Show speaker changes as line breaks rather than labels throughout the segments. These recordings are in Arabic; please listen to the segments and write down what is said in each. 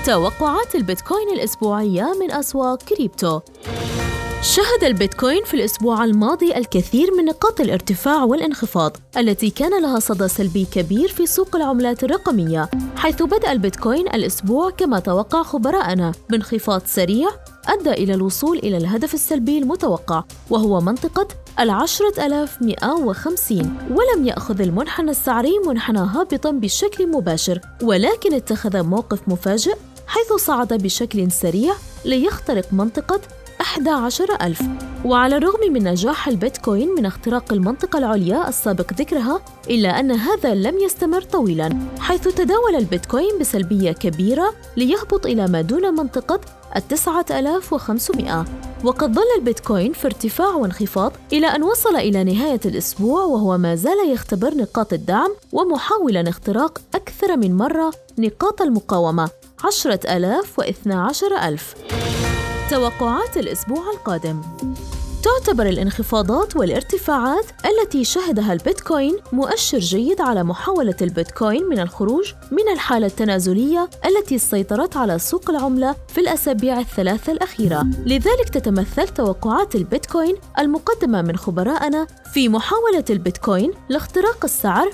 توقعات البيتكوين الأسبوعية من أسواق كريبتو. شهد البيتكوين في الأسبوع الماضي الكثير من نقاط الارتفاع والانخفاض التي كان لها صدى سلبي كبير في سوق العملات الرقمية، حيث بدأ البيتكوين الأسبوع كما توقع خبراءنا بانخفاض سريع أدى إلى الوصول إلى الهدف السلبي المتوقع، وهو منطقة 10,150، ولم يأخذ المنحنى السعري منحنى هابطاً بشكل مباشر، ولكن اتخذ موقف مفاجئ حيث صعد بشكل سريع ليخترق منطقة 11,000. وعلى الرغم من نجاح البيتكوين من اختراق المنطقة العليا السابق ذكرها، إلا أن هذا لم يستمر طويلاً، حيث تداول البيتكوين بسلبية كبيرة ليهبط إلى ما دون منطقة 9,500. وقد ظل البيتكوين في ارتفاع وانخفاض إلى أن وصل إلى نهاية الأسبوع وهو ما زال يختبر نقاط الدعم ومحاولاً اختراق أكثر من مرة نقاط المقاومة 10,000 و12,000. توقعات الأسبوع القادم. تعتبر الانخفاضات والارتفاعات التي شهدها البيتكوين مؤشر جيد على محاولة البيتكوين من الخروج من الحالة التنازلية التي سيطرت على سوق العملة في الأسابيع الثلاثة الأخيرة. لذلك تتمثل توقعات البيتكوين المقدمة من خبرائنا في محاولة البيتكوين لاختراق السعر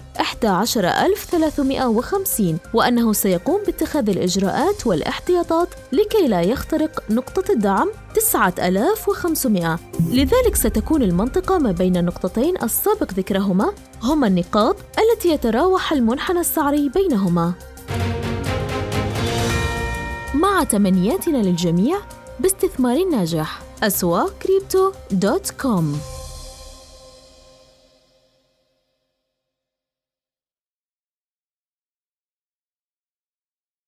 11,350، وأنه سيقوم باتخاذ الإجراءات والاحتياطات لكي لا يخترق نقطة الدعم 9,500. لذلك ستكون المنطقة ما بين النقطتين السابق ذكرهما هما النقاط التي يتراوح المنحنى السعري بينهما. مع تمنياتنا للجميع باستثمار ناجح. أسواق كريبتو.com.